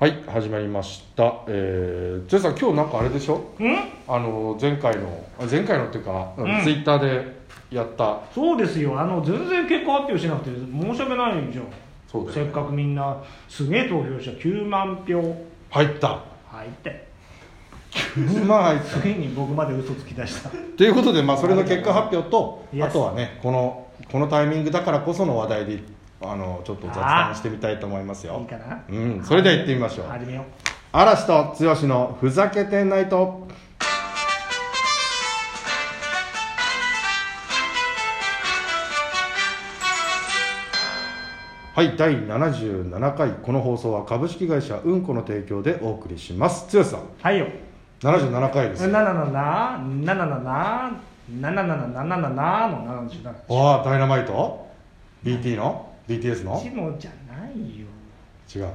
はい、始まりました。ジェイさん、今日なんかあれでしょ？前回のっていうか、ツイッターでやった。 そうですよ。全然結果発表しなくて申し訳ないじゃん。 そうだよね。 せっかくみんなすげえ投票した9万票入った。 入って 9万入った。 ついに僕まで嘘つき出した。 ということで、それの結果発表と、 Yes. あとはね、このタイミングだからこその話題でちょっと雑談してみたいと思いますよ。 いいかな。 それでは行ってみましょう。 始めよう。 嵐と剛のふざけてないと。はい、第77回。この放送は株式会社うんこの提供でお送りします。剛さん、 はいよ。 77回ですよ。 77の77。 わあ、ダイナマイト BT の BTS のちのじゃないよ。 違う。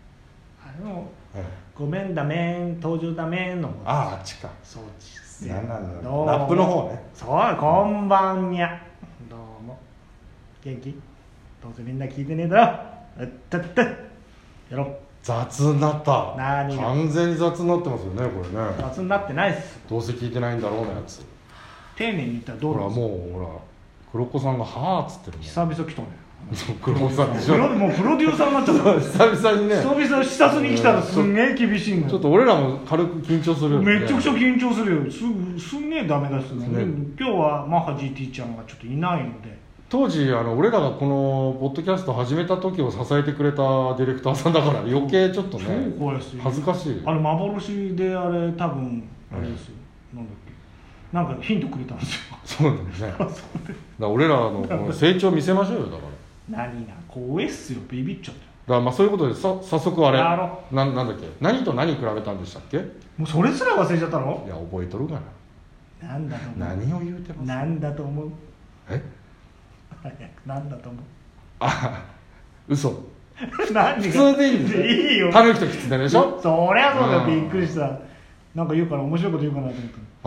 ごめんだめん登場だめんの。 あっちか。 そうですよ。 ラップの方ね。 そう、こんばんにゃ。どうも元気？どうせみんな聞いてねえだろ。やろう。 雑になった。 何が完全に雑になってますよね、これね。 雑になってないっす。 どうせ聞いてないんだろうのやつ。 丁寧に言ったらどうほら、 ですか？ もうほら黒子さんがはーっつってるもん。 久々来たね。 そう、黒子さんでしょ。 もうプロデューサーになっちゃった久々にね。 久々視察に来たらすんげえ厳しいのよ。 ちょっと俺らも軽く緊張するよね。 めちゃくちゃ緊張するよ。すんげえダメだしね。今日はマッハ GT ちゃんがちょっといないので。 当時俺らがこのポッドキャスト始めた時を支えてくれたディレクターさんだから余計ちょっとね超怖いですよ。 恥ずかしい。 幻で多分あれですよ。なんだっけ。なんかヒントくれたんですよ。 そうなんですね。だから俺らのこの成長見せましょうよ。だから何が怖いっすよ。ビビっちゃったよ。 だからそういうことで早速あれやろなんだっけ、何と何比べたんでしたっけ？ もうそれすら忘れちゃったの？ いや覚えとるがな。 なんだと思う？ 何を言うてます？ なんだと思う？ え？ なんだと思う？ あ、嘘。 何が普通でいいんですよ。 いいよ。 タヌキとキツネでしょ？ そりゃそうだよ。びっくりした。なんか言うから面白いこと言うかなと思った。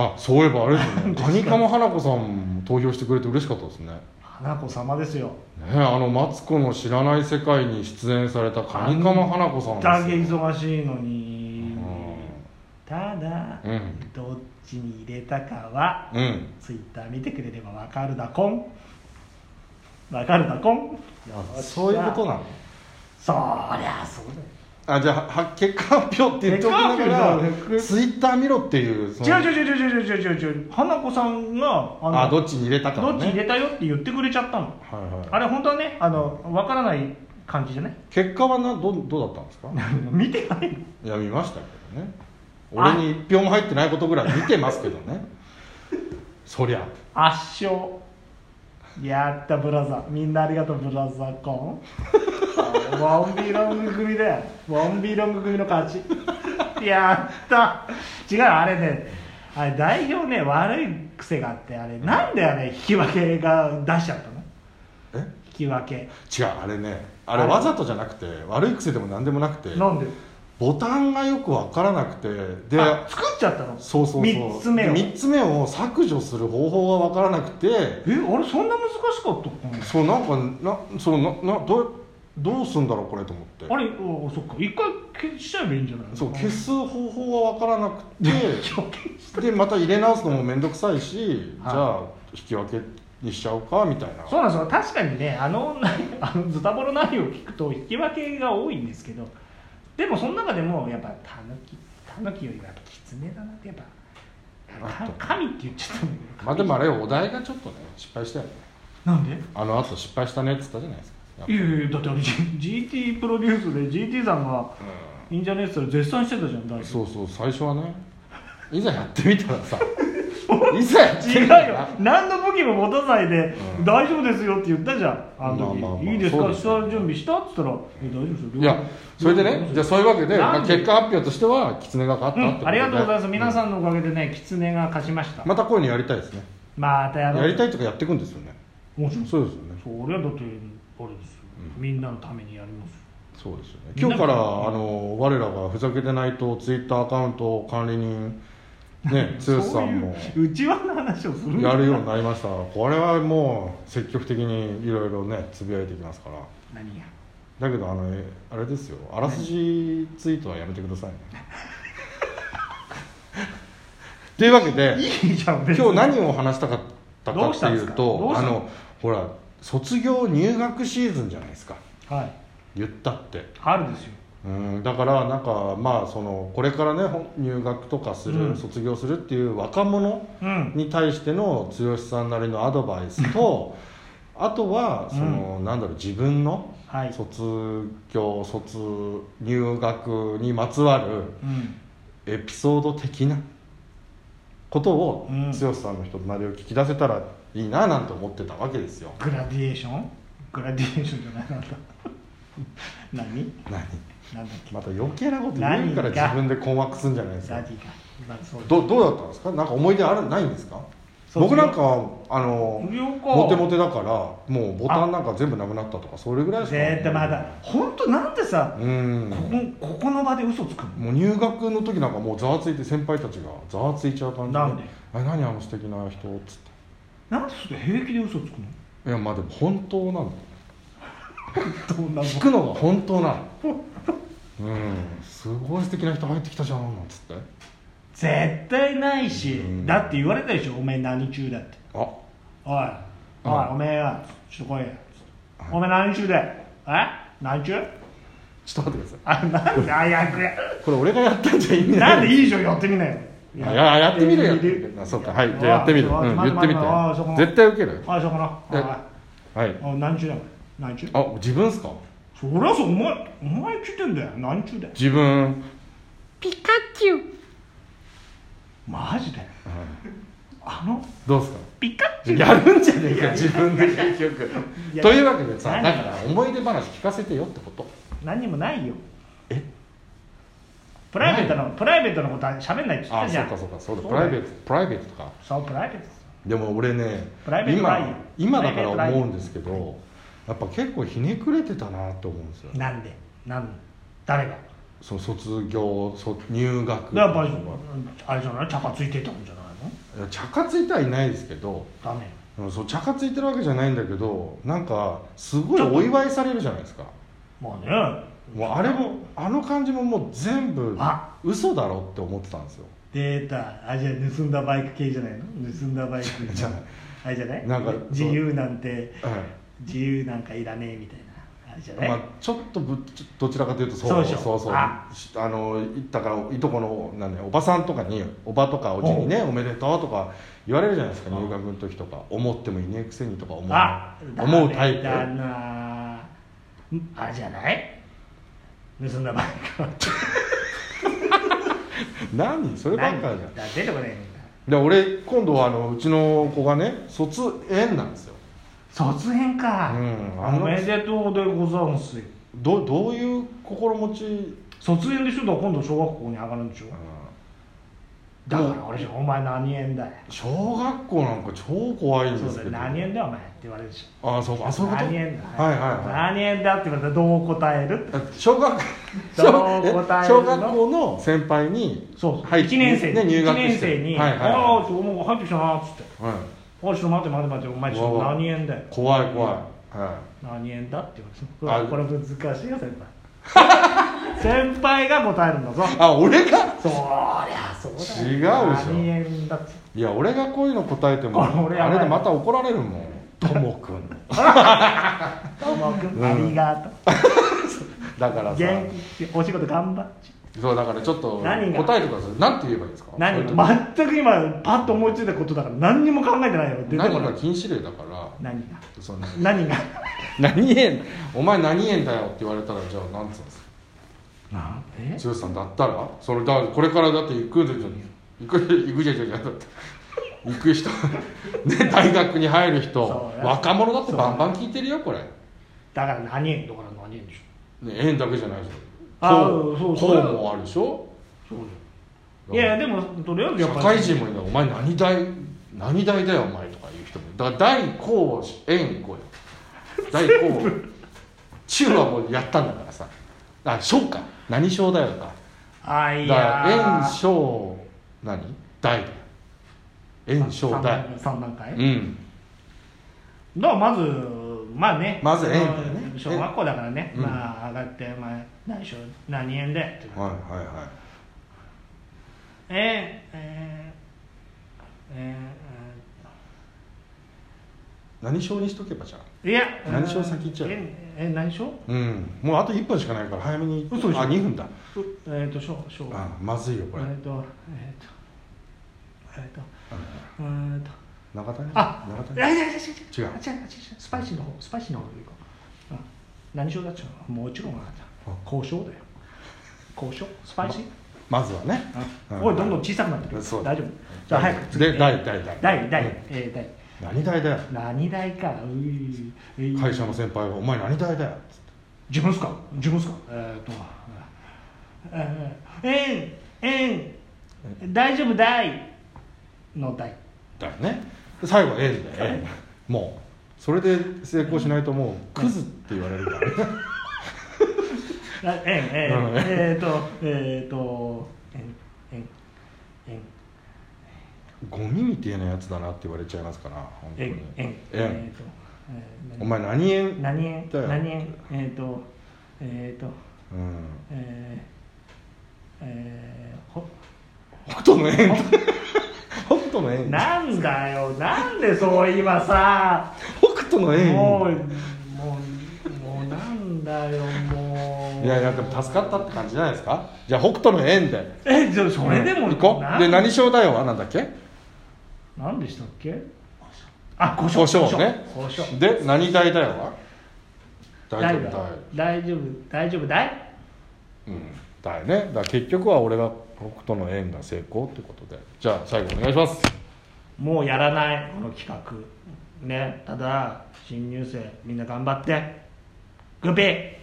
あ、そういえばあれですよね。谷川花子さんも投票してくれて嬉しかったですね。 花子様ですよ。 ね、マツコの知らない世界に出演された蟹釜花子さんだけ忙しいのに、ただ、 うん、 どっちに入れたかは、ツイッター見てくれればわかるだこん。わかるだこん。 そういうことなの？ そりゃそうだよ。 あ、じゃあ結果発表って言っておきながらツイッター見ろっていう。 違う。花子さんがどっちに入れたか、ね、 どっち入れたよって言ってくれちゃったの。 はいはい、 あれ本当はね、わからない感じじゃね。 結果はどうだったんですか？ 見てない。 いや見ましたけどね。俺に1票も入ってないことぐらい見てますけどね。そりゃ圧勝。やったブラザー、みんなありがとうブラザーコン。ワンビーロング組だよ。ワンビーロング組の勝ち。やった。違う、あれね、あれ代表ね、悪い癖があって、あれなんで引き分けが出しちゃったの？引き分け。 違う、あれね、あれわざとじゃなくて、悪い癖でも何でもなくて、 なんでボタンがよく分からなくて、で作っちゃったの。 そう 3つ目を 3つ目を削除する方法が分からなくて、 あれそんな難しかったかな。 そうなんかどうすんだろうこれと思って、 あれそっか、一回消しちゃえばいいんじゃないの？ そう、消す方法が分からなくてでまた入れ直すのも面倒くさいし、じゃあ引き分けにしちゃうかみたいな。 そうなんですよ。確かにね、ズタボロ内容を聞くと引き分けが多いんですけど、でもその中でもやっぱタヌキよりはやっぱキツネだなって、やっぱ神って言っちゃったんだけど。 でもあれお題がちょっとね失敗したよね。 なんで？ あと失敗したねって言ったじゃないですか。 いやだってGT プロデュースで GT さんがいいんじゃねえって言ったら絶賛してたじゃん。 そう最初はね、いざやってみたらさいざやってみたら違うよ、何の武器も持たないで、大丈夫ですよって言ったじゃん、あの時。いいですか、下準備したって言ったら大丈夫ですよ。 いやそれでね、じゃあそういうわけで、結果発表としてはキツネが勝ったってことで、 ありがとうございます。皆さんのおかげでね、キツネが勝ちました。 またこういうのやりたいですね。 またやりたいとかやっていくんですよね。 もちろんそうですよね。 それはだってあれですよ、みんなのためにやります。 そうですよね。今日から我らがふざけてないとツイッターアカウント管理人ね、剛さんも内輪の話をするやるようになりました。これはもう積極的にいろいろねつぶやいていきますから。 何がだけどあれですよ、あらすじツイートはやめてくださいねというわけでいいじゃん別に。 今日何を話したかったかっていうとどうしたのほら卒業入学シーズンじゃないですか、 はい、 言ったって春ですよ。 だからなんかまあこれからね入学とかする、卒業するっていう若者に対しての剛さんなりのアドバイスとあとはなんだろう、自分の卒入学にまつわるエピソード的なことを剛さんの人となりを聞き出せたらいいななんて思ってたわけですよ。 グラディエーションじゃないなんだ何なんだっけ。 また余計なこと言うから自分で困惑するんじゃないですか。どうだったんですか。なんか思い出ないんですか。僕なんかモテモテだからもうボタンなんか全部なくなったとかそれぐらいしか。 絶対まだ本当なんでさ、ここの場で嘘つくの。 もう入学の時なんかもうざわついて、先輩たちがざわついちゃう感じで、 なんで何素敵な人っつって、 なんでそれ平気で嘘つくの。 いやまあでも本当なの聞くくのが本当なのすごい素敵な人入ってきたじゃんなんつって。 絶対ないし、だって言われたでしょ、お前何中だって。おいお前はちょっと来いや、お前何中だよ。何中。 ちょっと待ってください。 なんで早くやこれ俺がやったんじゃ意味ない。 なんでいいじゃん、やってみなよ。 やってみるよ。そうか、はい、じゃあやってみる。言ってみて。絶対受ける。 そうかな。 はい。 何中だよ。何中。 自分っすか。 そりゃそう、お前聞いてんだよ。何中だよ。 自分ピカチュウ。マジで。 どうですか。 ピカチュウやるんじゃねえか自分で結局というわけでさ、だから思い出話聞かせてよってこと。 何にもないよ。プライベートのことは喋んないって言ったじゃん。 そうだプライベートとか。 そうプライベート。 でも俺ね、今だから思うんですけど、やっぱ結構ひねくれてたなって思うんですよ。 なんで誰が。 卒業入学やっぱりあれじゃない、チャカついてたんじゃないの。 チャカついてはいないですけど、 ダメ。 チャカついてるわけじゃないんだけど、なんかすごいお祝いされるじゃないですか。 まあね、 もうあれも感じももう全部嘘だろって思ってたんですよ。 データじゃあ盗んだバイク系じゃないの。盗んだバイクじゃないあれじゃない、 なんか自由なんて、自由なんかいらねえみたいなあれじゃない。 ちょっとどちらかというとそうだからいとこのおばさんとかに、おばとかおじにねおめでとうとか言われるじゃないですか、入学の時とか。思ってもいねえくせにとか思うタイプだなあれじゃない、盗んだバイク何そればっかじゃん。 出てこないんだ。 で俺今度はうちの子がね卒園なんですよ。 卒園か、おめでとうでございますよ。 どういう心持ち。 卒園でしょ。だから今度小学校に上がるんでしょ。だから俺じゃお前何園だよ。 小学校なんか超怖いんですけど。 何園だよお前って言われるでしょ。 そういうこと。 何園だ。 はい何園だって言われたらどう答える。 小学校の先輩に 1年生ね入学して、 もう入ってきたなっつって、おいちょっと待ってお前ちょっと何園だよ。 怖い、 何園だって言われて、これ難しいよ先輩先輩が答えるんだぞ。 俺が。 そりゃそうだよ。 違うでしょ。 何園だって。 いや俺がこういうの答えてもあれでまた怒られるもん。ともくんありがとうだからさ、 元気お仕事頑張って。 そうだからちょっと答えてください。何て言えばいいですか。 全く今パッと思いついたことだから何にも考えてないよ。 何が禁止令だから。 何が何円お前何円だよって言われたらじゃあ何つうんですか。剛さんだったらこれからだって行く人ね、大学に入る人若者だってバンバン聞いてるよこれ。 だから何円だから何円でしょ、 ね、円だけじゃないでしょ。こうもあるでしょ。 いやでもとりあえずやっぱ社会人もいない。お前何代だよお前とか言う人もいる。だから大高円行こうよ。大高中はもうやったんだからさ。小か何小だよか。 いや円小大だよ。円小大 3段階。だからまず円だよね。 小学校だからね、まあ上がって、まあ、何円で、 はいはいはい何賞にしとけばじゃあ。 いや何賞先行っちゃう。 何賞？ うん。もうあと1分しかないから早めに。 嘘でしょ。 あ、2分だ。 賞。 あ、まずいよこれ。長谷。 あ、 長谷。違う。 スパイシーの方でいこう。何賞だっちゃう？もちろん交渉だよ。交渉？スパイシー？ まずはね。 おい、どんどん小さくなってる。大丈夫。じゃあ早くで、大。何代だよ。 何代か。 会社の先輩がお前何代だよ。 自分っすか。大丈夫だいの代だよね。最後円だよ。もうそれで成功しないともうクズって言われるからね。ゴミみたいなやつだなって言われちゃいますから本当に。お前何円だよ。北斗の円。北斗の円。 なんだよ、なんでそう今さ。 北斗の円。 もうなんだよもう。 いやでも助かったって感じじゃないですか。じゃあ北斗の円で。 じゃあそれでも行こう。で何賞だよはなんだっけ。 何でしたっけ。あ、胡椒ね。で何代だよは。大丈夫だい。だよね。だから結局は俺が北斗の円が成功ってことで。じゃあ最後お願いします。 もうやらないこの企画ね。ただ新入生みんな頑張って。グッピー。